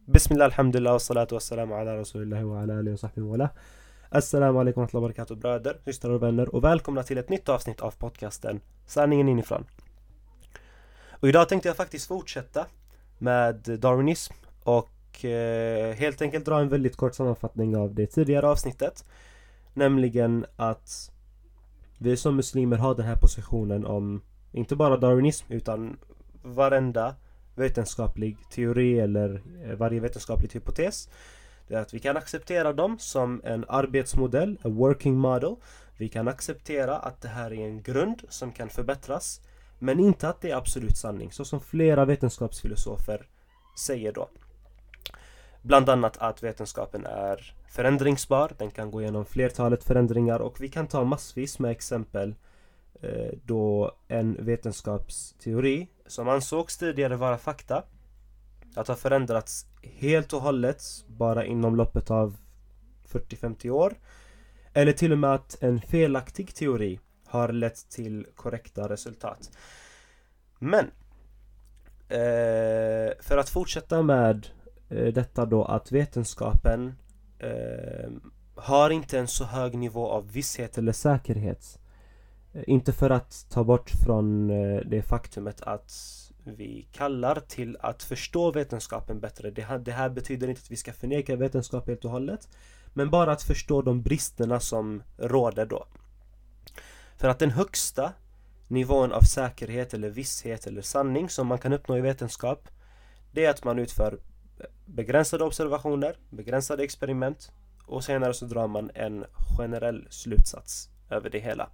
Bismillah, alhamdulillah, wa salatu wa salamu ala rasulillah wa ala alihi wa sahbihi wa la. Assalamu alaikum wa rahmatullahi wa barakatuh, bröder, systrar och vänner, och välkomna till ett nytt avsnitt av podcasten Sanningen inifrån. Och idag tänkte jag faktiskt fortsätta med darwinism och helt enkelt dra en väldigt kort sammanfattning av det tidigare avsnittet. Nämligen att vi som muslimer har den här positionen om inte bara darwinism utan varenda vetenskaplig teori eller varje vetenskaplig hypotes. Det är att vi kan acceptera dem som en arbetsmodell, a working model. Vi kan acceptera att det här är en grund som kan förbättras, men inte att det är absolut sanning, så som flera vetenskapsfilosofer säger då. Bland annat att vetenskapen är förändringsbar, den kan gå igenom flertalet förändringar, och vi kan ta massvis med exempel då en vetenskapsteori som ansågs tidigare vara fakta att ha förändrats helt och hållet bara inom loppet av 40-50 år, eller till och med att en felaktig teori har lett till korrekta resultat. Men för att fortsätta med detta då, att vetenskapen har inte en så hög nivå av visshet eller säkerhet. Inte för att ta bort från det faktumet att vi kallar till att förstå vetenskapen bättre. Det här betyder inte att vi ska förneka vetenskap helt och hållet, men bara att förstå de bristerna som råder då. För att den högsta nivån av säkerhet eller visshet eller sanning som man kan uppnå i vetenskap, det är att man utför begränsade observationer, begränsade experiment, och senare så drar man en generell slutsats över det hela.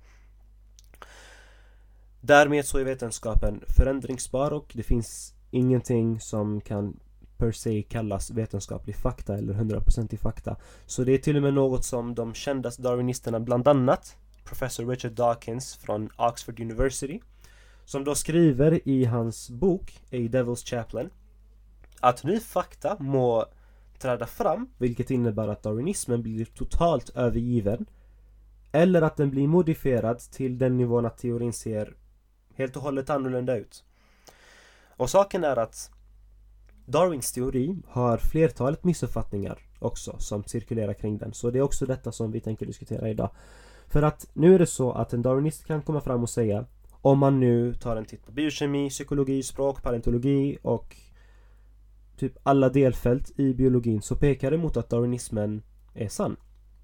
Därmed så är vetenskapen förändringsbar, och det finns ingenting som kan per se kallas vetenskaplig fakta eller 100% fakta. Så det är till och med något som de kändaste darwinisterna, bland annat professor Richard Dawkins från Oxford University, som då skriver i hans bok A Devil's Chaplain att ny fakta må träda fram, vilket innebär att darwinismen blir totalt övergiven, eller att den blir modifierad till den nivån att teorin ser helt och hållet annorlunda ut. Och saken är att Darwins teori har flertalet missuppfattningar också som cirkulerar kring den. Så det är också detta som vi tänker diskutera idag. För att nu är det så att en darwinist kan komma fram och säga, om man nu tar en titt på biokemi, psykologi, språk, paleontologi och typ alla delfält i biologin, så pekar det mot att darwinismen är sann.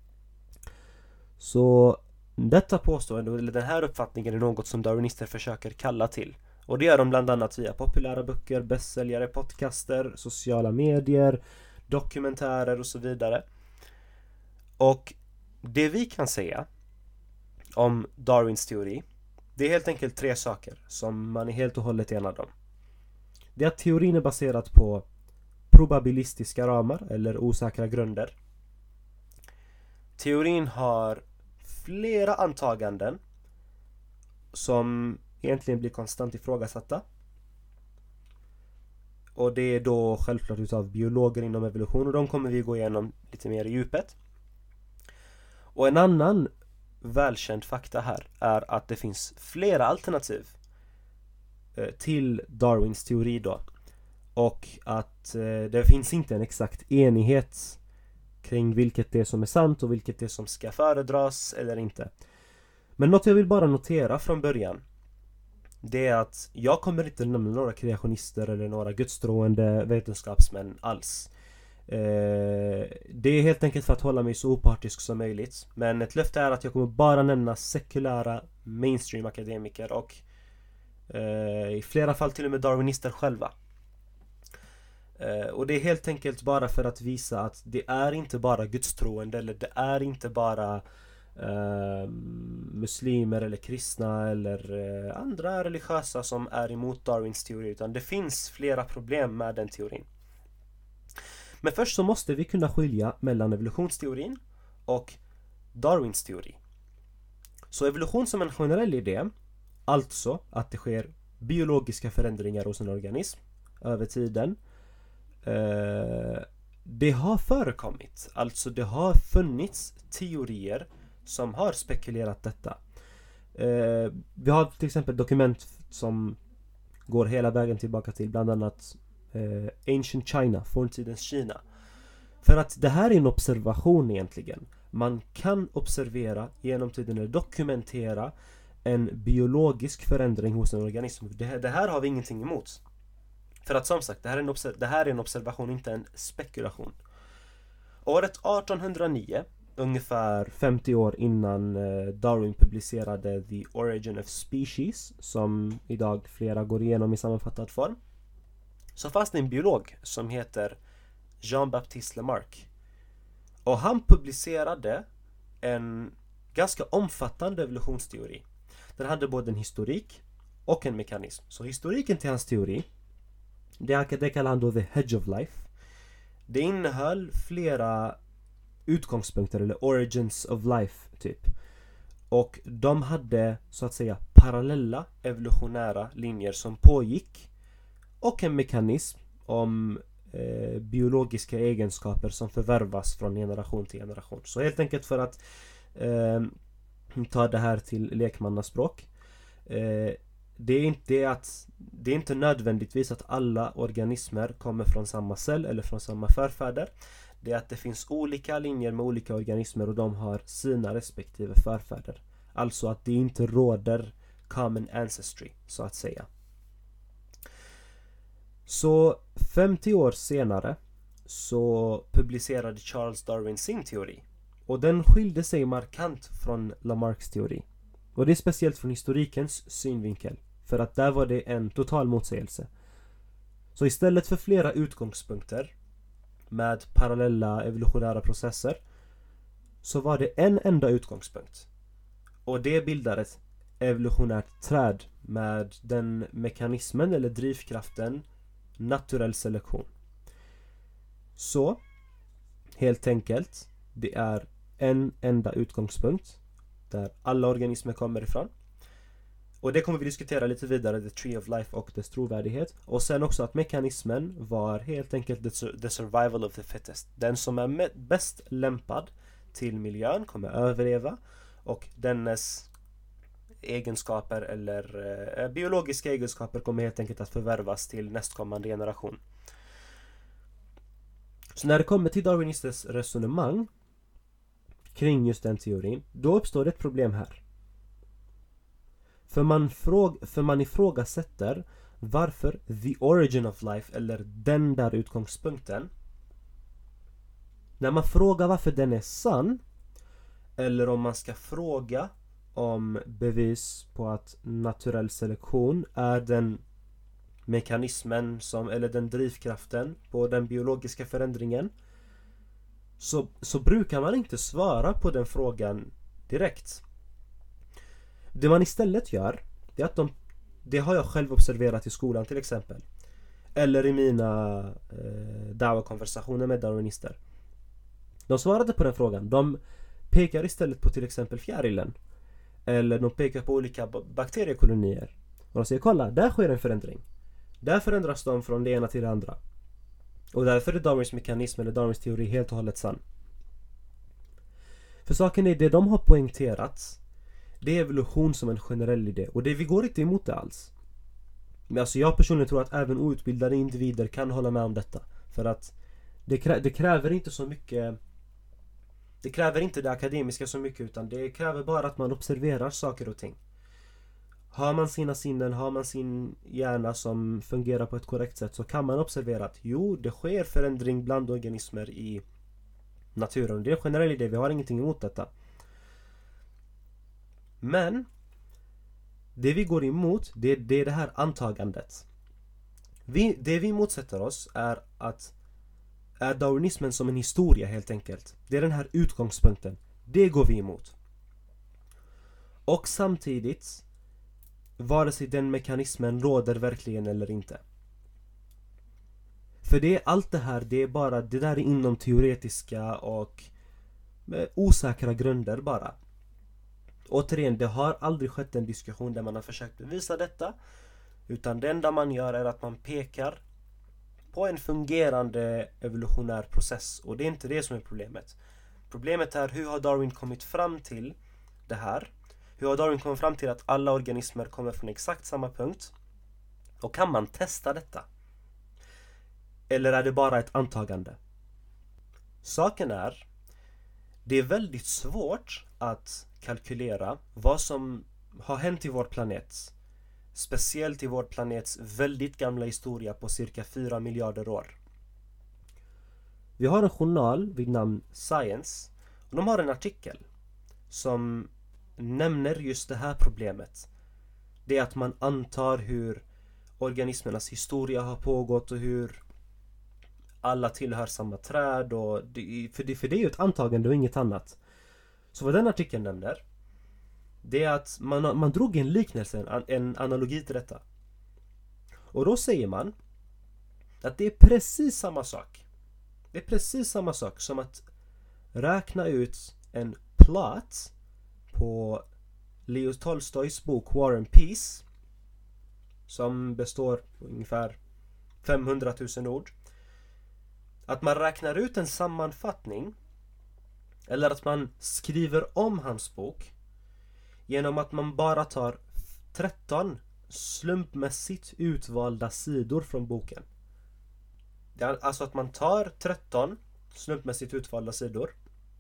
Så detta påstående, eller den här uppfattningen, är något som darwinister försöker kalla till. Och det gör de bland annat via populära böcker, bästsäljare, podcaster, sociala medier, dokumentärer och så vidare. Och det vi kan säga om Darwins teori, det är helt enkelt 3 saker som man är helt och hållet enad om. Det är att teorin är baserad på probabilistiska ramar eller osäkra grunder. Teorin har flera antaganden som egentligen blir konstant ifrågasatta. Och det är då självklart utav biologer inom evolution, och de kommer vi gå igenom lite mer i djupet. Och en annan välkänd fakta här är att det finns flera alternativ till Darwins teori då. Och att det finns inte en exakt enighet kring vilket det är som är sant och vilket det är som ska föredras eller inte. Men något jag vill bara notera från början, det är att jag kommer inte nämna några kreationister eller några gudstroende vetenskapsmän alls. Det är helt enkelt för att hålla mig så opartisk som möjligt. Men ett löfte är att jag kommer bara nämna sekulära mainstream akademiker och i flera fall till och med darwinister själva. Och det är helt enkelt bara för att visa att det är inte bara gudstroende, eller det är inte bara muslimer eller kristna eller andra religiösa som är emot Darwins teori, utan det finns flera problem med den teorin. Men först så måste vi kunna skilja mellan evolutionsteorin och Darwins teori. Så evolution som en generell idé, alltså att det sker biologiska förändringar hos en organism över tiden, det har förekommit. Alltså det har funnits teorier som har spekulerat detta. Vi har till exempel dokument som går hela vägen tillbaka till bland annat Ancient China, forntidens Kina. För att det här är en observation egentligen. Man kan observera genom tiden, dokumentera en biologisk förändring hos en organism. Det här har vi ingenting emot. För att som sagt, det här är en observation, inte en spekulation. Året 1809, ungefär 50 år innan Darwin publicerade The Origin of Species, som idag flera går igenom i sammanfattad form, så fanns det en biolog som heter Jean-Baptiste Lamarck. Och han publicerade en ganska omfattande evolutionsteori. Den hade både en historik och en mekanism. Så historiken till hans teori, det kallar han då The Hedge of Life. Det innehöll flera utgångspunkter, eller origins of life typ. Och de hade så att säga parallella evolutionära linjer som pågick, och en mekanism om biologiska egenskaper som förvärvas från generation till generation. Så helt enkelt, för att ta det här till lekmannaspråk, det är inte nödvändigtvis att alla organismer kommer från samma cell eller från samma förfäder. Det är att det finns olika linjer med olika organismer och de har sina respektive förfäder. Alltså att det inte råder common ancestry, så att säga. Så 50 år senare så publicerade Charles Darwin sin teori. Och den skilde sig markant från Lamarcks teori. Och det är speciellt från historikens synvinkel. För att där var det en total motsägelse. Så istället för flera utgångspunkter med parallella evolutionära processer, så var det en enda utgångspunkt. Och det bildar ett evolutionärt träd med den mekanismen eller drivkraften naturell selektion. Så helt enkelt, det är en enda utgångspunkt där alla organismer kommer ifrån. Och det kommer vi diskutera lite vidare, The Tree of Life och dess trovärdighet. Och sen också att mekanismen var helt enkelt the survival of the fittest. Den som är bäst lämpad till miljön kommer överleva, och dennes egenskaper eller biologiska egenskaper kommer helt enkelt att förvärvas till nästkommande generation. Så när det kommer till darwinisters resonemang kring just den teorin, då uppstår det ett problem här. För man ifrågasätter varför the origin of life, eller den där utgångspunkten, när man frågar varför den är sann, eller om man ska fråga om bevis på att naturell selektion är den mekanismen som, eller den drivkraften på den biologiska förändringen, så brukar man inte svara på den frågan direkt. Det man istället gör, det är att det har jag själv observerat i skolan till exempel, eller i mina dawa-konversationer med darwinister. De svarade på den frågan. De pekar istället på till exempel fjärilen, eller de pekar på olika bakteriekolonier, och de säger: kolla, där sker en förändring. Där förändras de från det ena till det andra. Och därför är Darwins mekanism eller Darwins teori helt och hållet sann. För saken är, det de har poängterat, det är evolution som en generell idé. Och vi går inte emot det alls. Men alltså jag personligen tror att även outbildade individer kan hålla med om detta. För att det kräver inte så mycket. Det kräver inte det akademiska så mycket, utan det kräver bara att man observerar saker och ting. Har man sina sinnen, har man sin hjärna som fungerar på ett korrekt sätt, så kan man observera att det sker förändring bland organismer i naturen. Det är en generell idé, vi har ingenting emot detta. Men det vi går emot, det är det här antagandet. Det vi motsätter oss är darwinismen som en historia helt enkelt. Det är den här utgångspunkten. Det går vi emot. Och samtidigt, vare sig den mekanismen råder verkligen eller inte. För det är allt det här, det där är inom teoretiska och osäkra grunder bara. Återigen, det har aldrig skett en diskussion där man har försökt bevisa detta, utan det enda man gör är att man pekar på en fungerande evolutionär process, och det är inte det som är problemet. Problemet är, hur har Darwin kommit fram till det här? Hur har Darwin kommit fram till att alla organismer kommer från exakt samma punkt? Och kan man testa detta? Eller är det bara ett antagande? Saken är, det är väldigt svårt att kalkylera vad som har hänt i vår planet. Speciellt i vår planets väldigt gamla historia på cirka 4 miljarder år. Vi har en journal vid namn Science och de har en artikel som nämner just det här problemet. Det är att man antar hur organismernas historia har pågått och hur alla tillhör samma träd och för det är ju ett antagande och inget annat. Så vad den artikeln nämner, det är att man drog en liknelse, en analogi till detta. Och då säger man att det är precis samma sak. Det är precis samma sak som att räkna ut en plot på Leo Tolstojs bok War and Peace, som består av ungefär 500 000 ord. Att man räknar ut en sammanfattning eller att man skriver om hans bok genom att man bara tar 13 slumpmässigt utvalda sidor från boken. Det är alltså att man tar 13 slumpmässigt utvalda sidor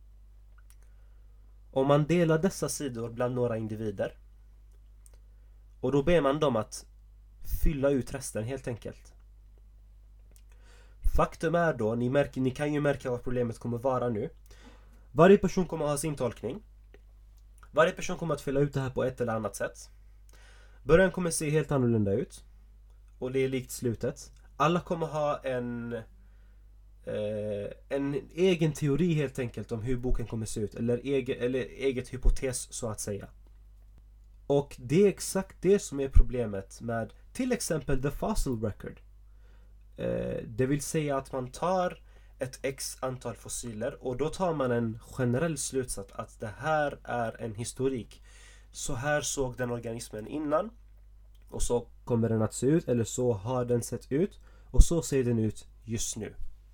och man delar dessa sidor bland några individer. Och då ber man dem att fylla ut resten helt enkelt. Faktum är då, ni kan ju märka vad problemet kommer vara nu. Varje person kommer att ha sin tolkning. Varje person kommer att fylla ut det här på ett eller annat sätt. Början kommer se helt annorlunda ut. Och det är likt slutet. Alla kommer ha en egen teori helt enkelt om hur boken kommer se ut. Eller eget hypotes så att säga. Och det är exakt det som är problemet med till exempel The Fossil Record. Det vill säga att man tar ett x antal fossiler och då tar man en generell slutsats att det här är en historik. Så här såg den organismen innan och så kommer den att se ut, eller så har den sett ut och så ser den ut just nu.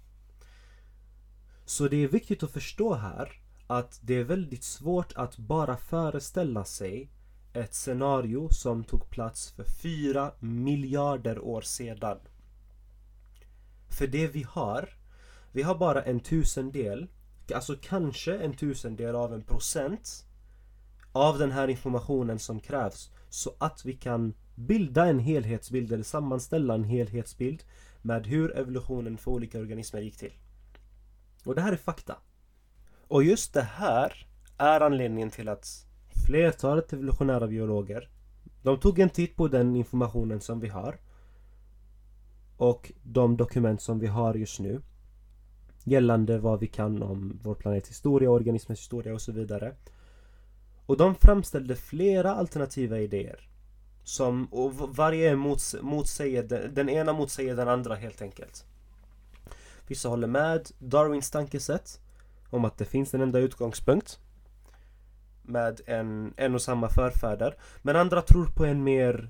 Så det är viktigt att förstå här att det är väldigt svårt att bara föreställa sig ett scenario som tog plats för 4 miljarder år sedan. För det vi har bara en tusendel, alltså kanske en tusendel av 1% av den här informationen som krävs så att vi kan bilda en helhetsbild eller sammanställa en helhetsbild med hur evolutionen för olika organismer gick till. Och det här är fakta. Och just det här är anledningen till att flertalet evolutionära biologer, de tog en titt på den informationen som vi har och de dokument som vi har just nu gällande vad vi kan om vår planets historia, organismens historia och så vidare. Och de framställde flera alternativa idéer och varje motsäger den ena motsäger den andra helt enkelt. Vissa håller med Darwins tankesätt om att det finns en enda utgångspunkt med en och samma förfäder, men andra tror på en mer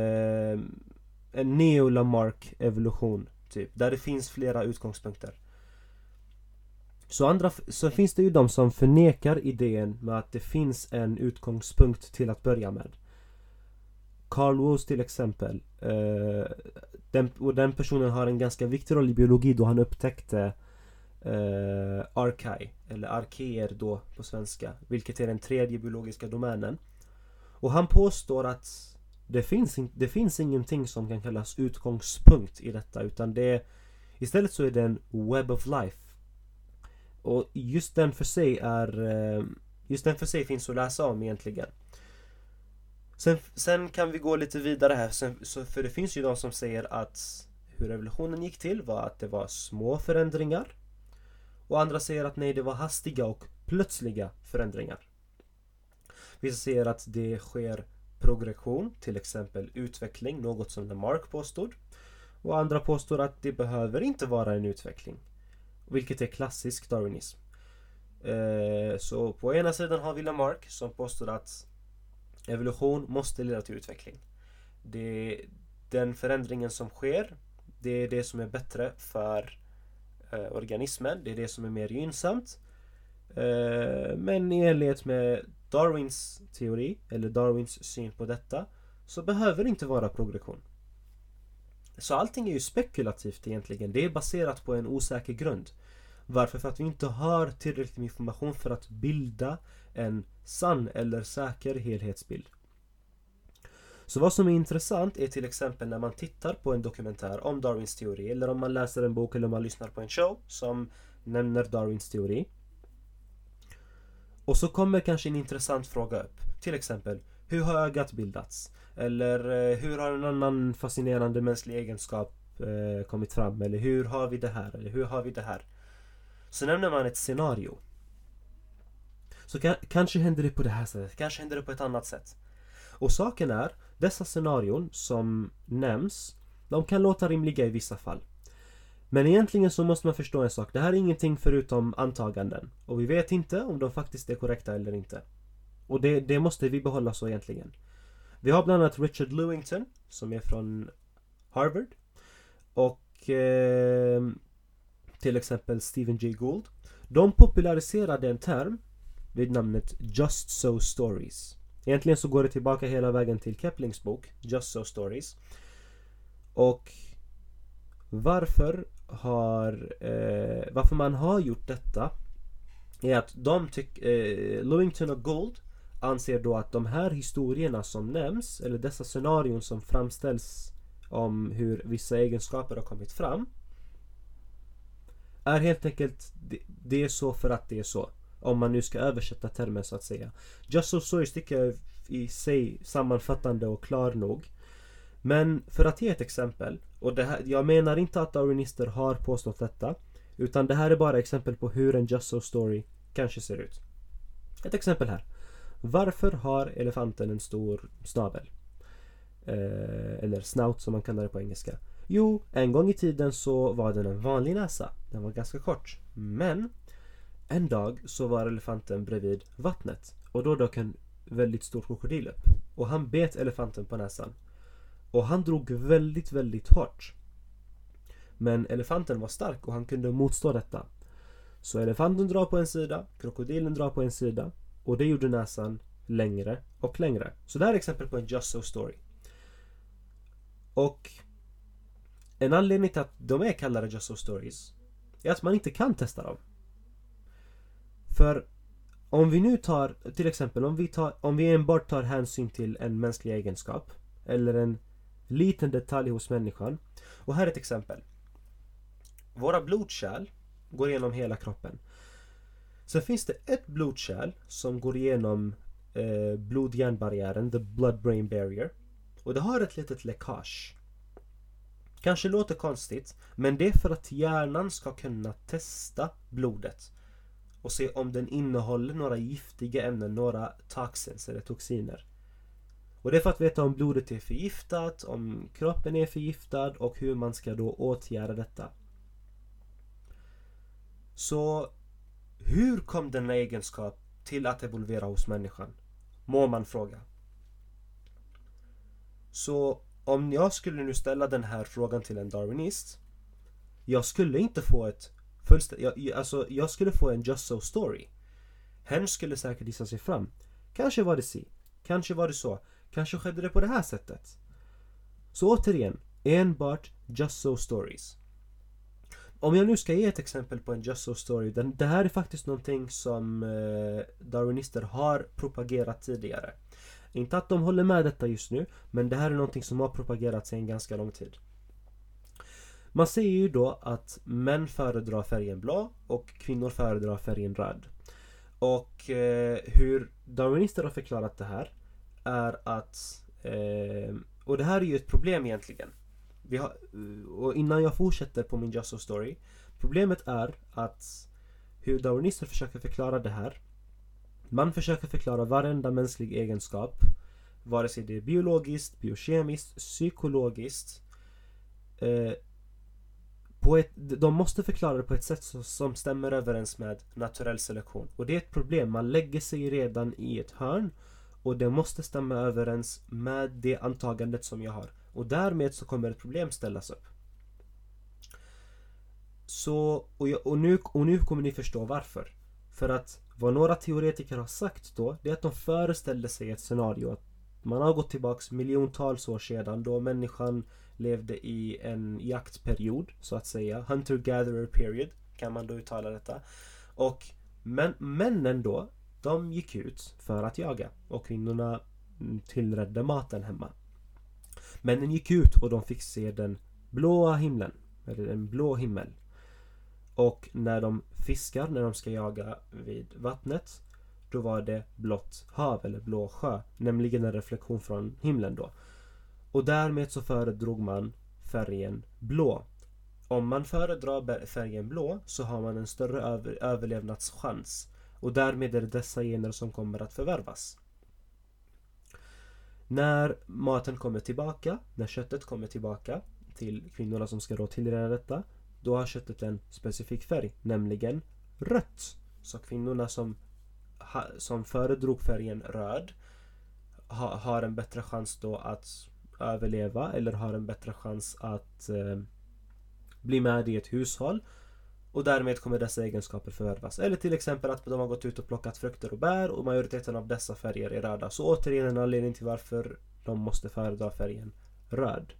en neo-Lamarck evolution typ, där det finns flera utgångspunkter. Så finns det ju de som förnekar idén med att det finns en utgångspunkt till att börja med. Carl Woese till exempel, den personen har en ganska viktig roll i biologi då han upptäckte archae, eller arkeer då på svenska, vilket är den tredje biologiska domänen. Och han påstår att det finns ingenting som kan kallas utgångspunkt i detta, utan istället så är det en web of life. Och just den för sig finns att läsa om egentligen. Sen kan vi gå lite vidare här, för det finns ju de som säger att hur evolutionen gick till var att det var små förändringar. Och andra säger att nej, det var hastiga och plötsliga förändringar. Vissa säger att det sker progression, till exempel utveckling, något som Lamarck påstod. Och andra påstår att det behöver inte vara en utveckling, vilket är klassisk darwinism. Så på ena sidan har vi Lamarck som påstår att evolution måste leda till utveckling. Den förändringen som sker, det är det som är bättre för organismen, det är det som är mer gynnsamt. Men i enlighet med Darwins teori eller Darwins syn på detta så behöver det inte vara progression. Så allting är ju spekulativt egentligen. Det är baserat på en osäker grund. Varför? För att vi inte har tillräckligt med information för att bilda en sann eller säker helhetsbild. Så vad som är intressant är till exempel när man tittar på en dokumentär om Darwins teori, eller om man läser en bok eller om man lyssnar på en show som nämner Darwins teori. Och så kommer kanske en intressant fråga upp. Till exempel, hur har ögat bildats? Eller hur har en annan fascinerande mänsklig egenskap kommit fram? Eller hur har vi det här? Eller hur har vi det här? Så nämner man ett scenario. Så kanske händer det på det här sättet. Kanske händer det på ett annat sätt. Och saken är, dessa scenarion som nämns, de kan låta rimliga i vissa fall. Men egentligen så måste man förstå en sak. Det här är ingenting förutom antaganden. Och vi vet inte om de faktiskt är korrekta eller inte. Och det måste vi behålla så egentligen. Vi har bland annat Richard Lewington som är från Harvard. Och till exempel Stephen Jay Gould. De populariserade en term vid namnet Just So Stories. Egentligen så går det tillbaka hela vägen till Kiplings bok Just So Stories. Och varför man har gjort detta är att Lewington och Gould anser då att de här historierna som nämns, eller dessa scenarion som framställs om hur vissa egenskaper har kommit fram, är helt enkelt det är så för att det är så. Om man nu ska översätta termen så att säga. Just So Stories tycker jag i sig sammanfattande och klar nog. Men för att ge ett exempel, och det här, jag menar inte att darwinister har påstått detta, utan det här är bara exempel på hur en Just So Story kanske ser ut. Ett exempel här. Varför har elefanten en stor snabel? Eller snout som man kallar det på engelska. Jo, en gång i tiden så var den en vanlig näsa. Den var ganska kort. Men en dag så var elefanten bredvid vattnet. Och då dök en väldigt stor krokodil upp. Och han bet elefanten på näsan. Och han drog väldigt, väldigt hårt. Men elefanten var stark och han kunde motstå detta. Så elefanten drar på en sida, krokodilen drar på en sida. Och det gjorde näsan längre och längre. Så det här är exempel på en Just So Story. Och en anledning till att de är kallade Just So Stories är att man inte kan testa dem. För om vi nu tar, till exempel om vi enbart tar hänsyn till en mänsklig egenskap eller en liten detalj hos människan. Och här är ett exempel. Våra blodkärl går igenom hela kroppen. Sen finns det ett blodkärl som går igenom blod-hjärnbarriären, the blood-brain barrier. Och det har ett litet läckage. Kanske låter konstigt, men det är för att hjärnan ska kunna testa blodet och se om den innehåller några giftiga ämnen, några toxins eller toxiner. Och det är för att veta om blodet är förgiftat, om kroppen är förgiftad och hur man ska då åtgärda detta. Så hur kom denna egenskap till att evolvera hos människan? Må man fråga. Så om jag skulle nu ställa den här frågan till en darwinist, jag skulle inte få jag skulle få en Just So Story. Hen skulle säkert gissa sig fram. Kanske var det si, kanske var det så, kanske skedde det på det här sättet. Så återigen, enbart Just So Stories. Om jag nu ska ge ett exempel på en Just So Story, det här är faktiskt någonting som darwinister har propagerat tidigare. Inte att de håller med detta just nu, men det här är någonting som har propagerats i en ganska lång tid. Man säger ju då att män föredrar färgen blå och kvinnor föredrar färgen röd. Och hur darwinister har förklarat det här är att, och det här är ju ett problem egentligen. Och innan jag fortsätter på min Just So Story, problemet är att hur darwinister försöker förklara det här. Man försöker förklara varenda mänsklig egenskap, vare sig det är biologiskt, biokemiskt, psykologiskt. De måste förklara det på ett sätt som stämmer överens med naturell selektion. Och det är ett problem, man lägger sig redan i ett hörn och det måste stämma överens med det antagandet som jag har. Och därmed så kommer ett problem ställas upp. Så, och nu kommer ni förstå varför. För att vad några teoretiker har sagt då, det är att de föreställde sig ett scenario. Att man har gått tillbaks miljontals år sedan då människan levde i en jaktperiod så att säga. Hunter-gatherer period kan man då uttala detta. Och männen då, de gick ut för att jaga och kvinnorna tillredde maten hemma. Männen gick ut och de fick se den blåa himlen, eller en blå himmel. Och när de fiskar, när de ska jaga vid vattnet, då var det blått hav eller blå sjö, nämligen en reflektion från himlen då. Och därmed så föredrog man färgen blå. Om man föredrar färgen blå så har man en större överlevnadschans. Och därmed är det dessa gener som kommer att förvärvas. När maten kommer tillbaka, när köttet kommer tillbaka till kvinnorna som ska då tillreda detta, då har köttet en specifik färg, nämligen rött. Så kvinnorna som föredrog färgen röd har en bättre chans då att överleva eller har en bättre chans att bli med i ett hushåll, och därmed kommer dessa egenskaper förvärvas. Eller till exempel att de har gått ut och plockat frukter och bär och majoriteten av dessa färger är röda. Så återigen en anledning till varför de måste föredra färgen röd.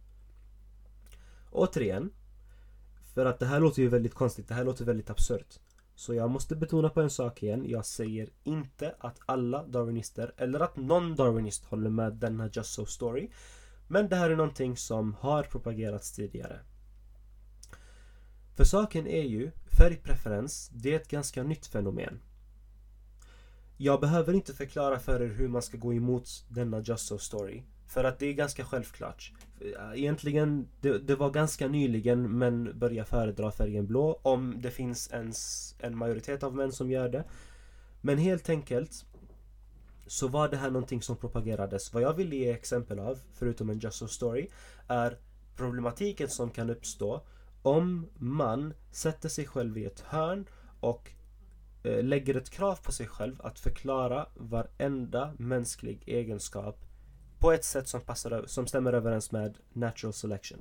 Återigen, för att det här låter ju väldigt konstigt, det här låter väldigt absurt. Så jag måste betona på en sak igen. Jag säger inte att alla darwinister eller att någon darwinist håller med denna Just So Story. Men det här är någonting som har propagerats tidigare. För saken är ju, färgpreferens, det är ett ganska nytt fenomen. Jag behöver inte förklara för er hur man ska gå emot denna Just So Story. För att det är ganska självklart. Egentligen, det var ganska nyligen män börjar föredra färgen blå. Om det finns ens en majoritet av män som gör det. Men helt enkelt så var det här någonting som propagerades. Vad jag vill ge exempel av, förutom en Just So Story, är problematiken som kan uppstå om man sätter sig själv i ett hörn och lägger ett krav på sig själv att förklara varenda mänsklig egenskap på ett sätt som stämmer överens med natural selection.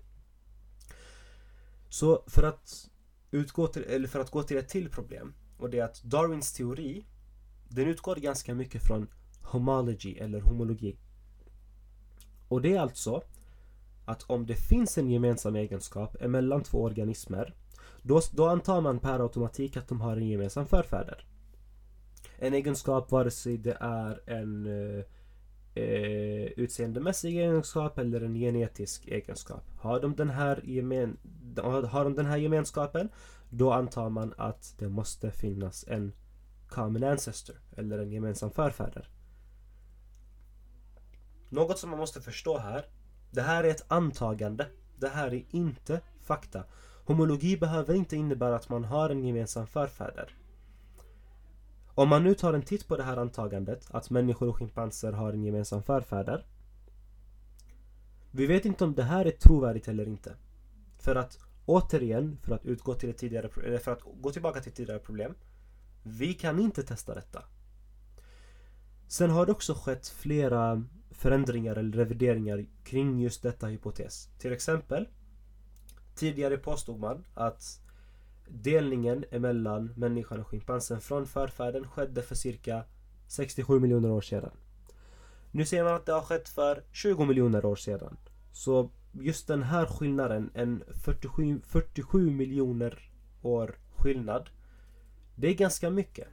Så för att gå till ett till problem, och det är att Darwins teori, den utgår ganska mycket från homology eller homologi. Och det är alltså att om det finns en gemensam egenskap emellan två organismer, då antar man per automatik att de har en gemensam förfäder. En egenskap, vare sig det är en utseendemässig egenskap eller en genetisk egenskap. Har de den här gemenskapen, då antar man att det måste finnas en common ancestor eller en gemensam förfäder. Något som man måste förstå här, det här är ett antagande. Det här är inte fakta. Homologi behöver inte innebära att man har en gemensam förfäder. Om man nu tar en titt på det här antagandet, att människor och schimpanser har en gemensam förfäder, vi vet inte om det här är trovärdigt eller inte. För att återigen, för att gå tillbaka till tidigare problem, vi kan inte testa detta. Sen har det också skett flera förändringar eller revideringar kring just detta hypotes. Till exempel, tidigare påstod man att delningen emellan människan och schimpansen från förfäden skedde för cirka 67 miljoner år sedan. Nu ser man att det har skett för 20 miljoner år sedan. Så just den här skillnaden, en 47 miljoner år skillnad, det är ganska mycket.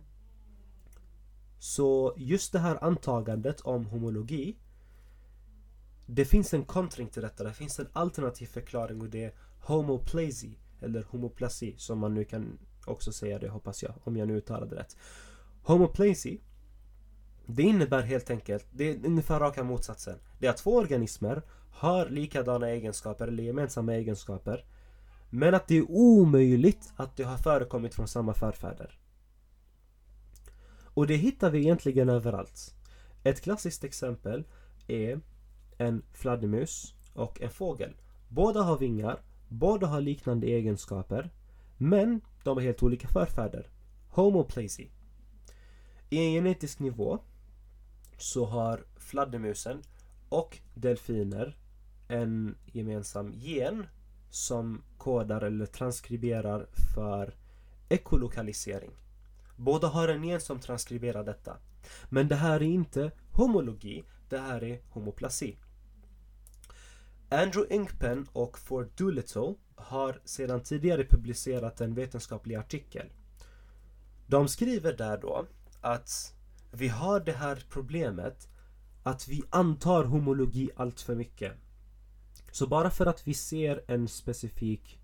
Så just det här antagandet om homologi, det finns en kontring till detta. Det finns en alternativ förklaring, och det är homoplasy eller homoplasi, som man nu kan också säga det, hoppas jag, om jag nu uttalade rätt. Homoplasy, det innebär helt enkelt, det är ungefär raka motsatsen. Det är att två organismer har likadana egenskaper eller gemensamma egenskaper, men att det är omöjligt att det har förekommit från samma förfäder. Och det hittar vi egentligen överallt. Ett klassiskt exempel är en fladdermus och en fågel. Båda har vingar, båda har liknande egenskaper, men de har helt olika förfäder. Homoplasy. I en genetisk nivå så har fladdermusen och delfiner en gemensam gen som kodar eller transkriberar för ekolokalisering. Båda har en gen som transkriberar detta. Men det här är inte homologi, det här är homoplasi. Andrew Inkpen och Ford Doolittle har sedan tidigare publicerat en vetenskaplig artikel. De skriver där då att vi har det här problemet att vi antar homologi allt för mycket. Så bara för att vi ser en specifik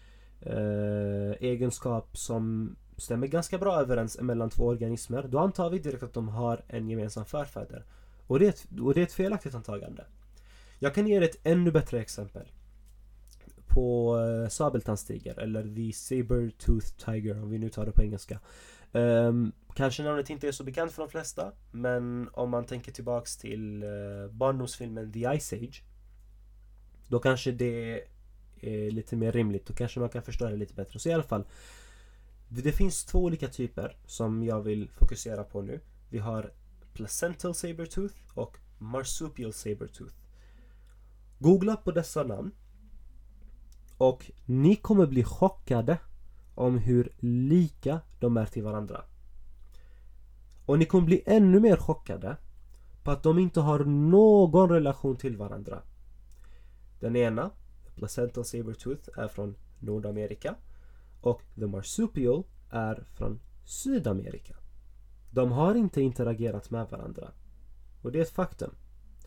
egenskap som stämmer ganska bra överens mellan två organismer, då antar vi direkt att de har en gemensam förfäder. Och det är ett felaktigt antagande. Jag kan ge er ett ännu bättre exempel på sabeltandstiger, eller the saber-toothed tiger om vi nu tar det på engelska. Kanske namnet inte är så bekant för de flesta, men om man tänker tillbaks till barndomsfilmen The Ice Age, då kanske det är lite mer rimligt. Då kanske man kan förstå det lite bättre. Så i alla fall, det finns två olika typer som jag vill fokusera på nu. Vi har placental sabertooth och marsupial sabertooth. Googla på dessa namn och ni kommer bli chockade om hur lika de är till varandra. Och ni kommer bli ännu mer chockade på att de inte har någon relation till varandra. Den ena, placental sabertooth, är från Nordamerika och the marsupial är från Sydamerika. De har inte interagerat med varandra. Och det är ett faktum.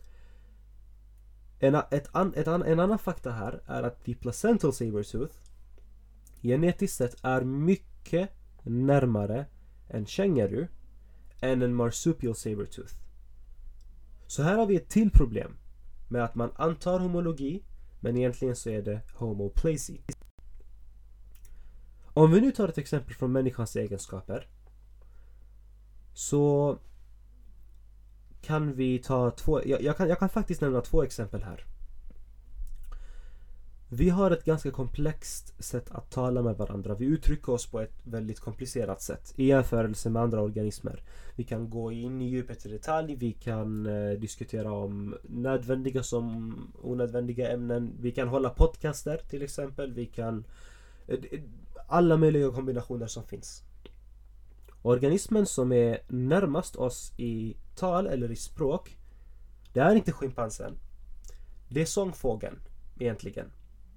En annan fakta här är att the placental sabertooth genetiskt sett är mycket närmare en känguru än en marsupial sabertooth. Så här har vi ett till problem med att man antar homologi, men egentligen så är det homoplasy. Om vi nu tar ett exempel från människans egenskaper, så kan vi ta jag kan faktiskt nämna två exempel här. Vi har ett ganska komplext sätt att tala med varandra. Vi uttrycker oss på ett väldigt komplicerat sätt i jämförelse med andra organismer. Vi kan gå in i djupet i detalj. Vi kan diskutera om nödvändiga som onödvändiga ämnen. Vi kan hålla podcaster till exempel. Vi kan alla möjliga kombinationer som finns. Organismen som är närmast oss i tal eller i språk, det är inte schimpansen. Det är sångfågeln egentligen.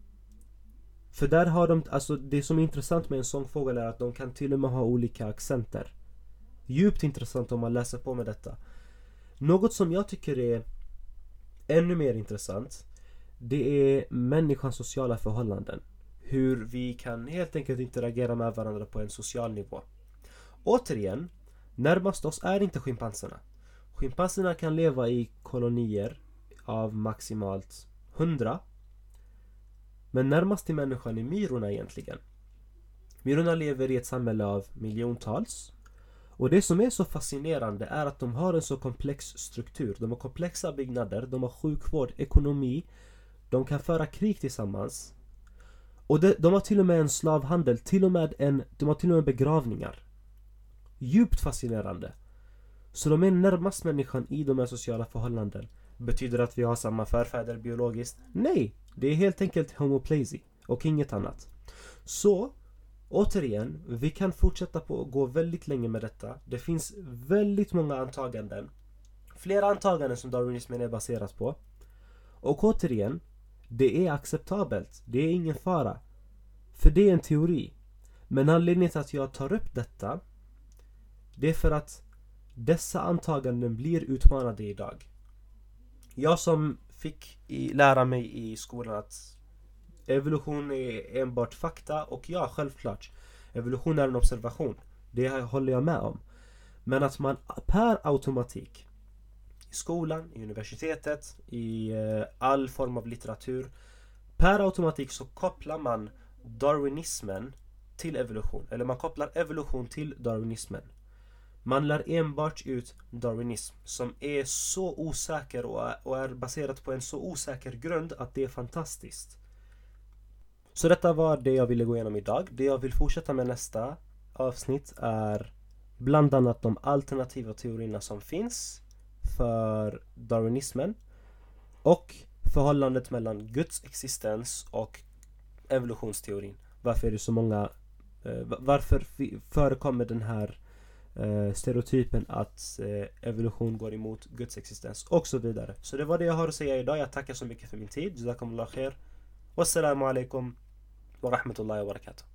För där har de, alltså det som är intressant med en sångfågel är att de kan till och med ha olika accenter. Djupt intressant om man läser på med detta. Något som jag tycker är ännu mer intressant, det är människans sociala förhållanden. Hur vi kan helt enkelt interagera med varandra på en social nivå. Återigen, närmast oss är inte schimpanserna. Schimpanserna kan leva i kolonier av maximalt 100. Men närmast till människan är myrorna egentligen. Myrorna lever i ett samhälle av miljontals. Och det som är så fascinerande är att de har en så komplex struktur. De har komplexa byggnader, de har sjukvård, ekonomi. De kan föra krig tillsammans. Och de har till och med en slavhandel, de har till och med begravningar. Djupt fascinerande. Så de är närmast människan i de här sociala förhållanden. Betyder det att vi har samma förfäder biologiskt? Nej, det är helt enkelt homoplasy och inget annat. Så, återigen, vi kan fortsätta på gå väldigt länge med detta. Det finns väldigt många antaganden. Flera antaganden som darwinismen är baserat på. Och återigen, det är acceptabelt. Det är ingen fara. För det är en teori. Men anledningen till att jag tar upp detta, det är för att dessa antaganden blir utmanade idag. Jag som fick lära mig i skolan att evolution är enbart fakta, och ja, självklart, evolution är en observation. Det håller jag med om. Men att man per automatik i skolan, i universitetet, i all form av litteratur, per automatik så kopplar man darwinismen till evolution. Eller man kopplar evolution till darwinismen. Man lär enbart ut darwinism som är så osäker och är baserat på en så osäker grund att det är fantastiskt. Så detta var det jag ville gå igenom idag. Det jag vill fortsätta med nästa avsnitt är bland annat de alternativa teorierna som finns för darwinismen och förhållandet mellan Guds existens och evolutionsteorin. Varför är det så många, varför förekommer den här stereotypen att evolution går emot Guds existens och så vidare. Så det var det jag har att säga idag. Jag tackar så mycket för min tid. Jazakumullah khair. Wassalamu alaikum wa rahmatullahi wa barakatuh.